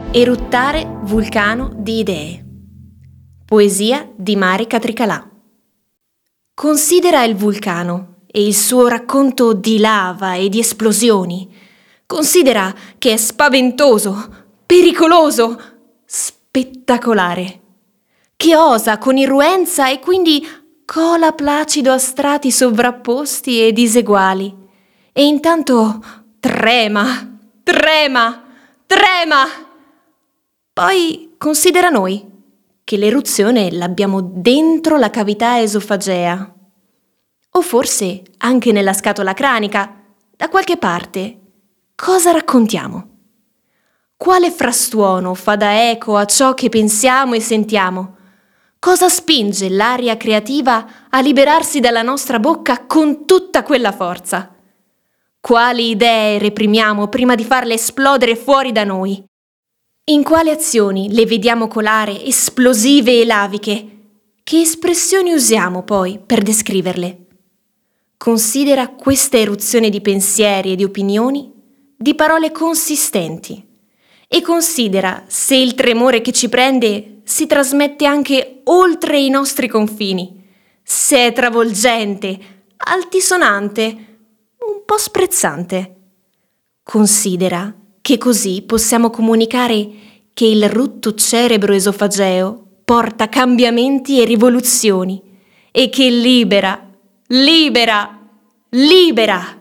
Eruttare vulcano di idee. Poesia di Mari Catricalà. Considera il vulcano e il suo racconto di lava e di esplosioni. Considera che è spaventoso, pericoloso, spettacolare, che osa con irruenza e quindi cola placido a strati sovrapposti e diseguali. E intanto trema. Poi considera noi, che l'eruzione l'abbiamo dentro la cavità esofagea, o forse anche nella scatola cranica, da qualche parte. Cosa raccontiamo? Quale frastuono fa da eco a ciò che pensiamo e sentiamo? Cosa spinge l'aria creativa a liberarsi dalla nostra bocca con tutta quella forza? Quali idee reprimiamo prima di farle esplodere fuori da noi? In quali azioni le vediamo colare esplosive e laviche? Che espressioni usiamo poi per descriverle? Considera questa eruzione di pensieri e di opinioni, di parole consistenti, e considera se il tremore che ci prende si trasmette anche oltre i nostri confini, se è travolgente, altisonante, un po' sprezzante. Considera che così possiamo comunicare che il rutto cerebro esofageo porta cambiamenti e rivoluzioni e che libera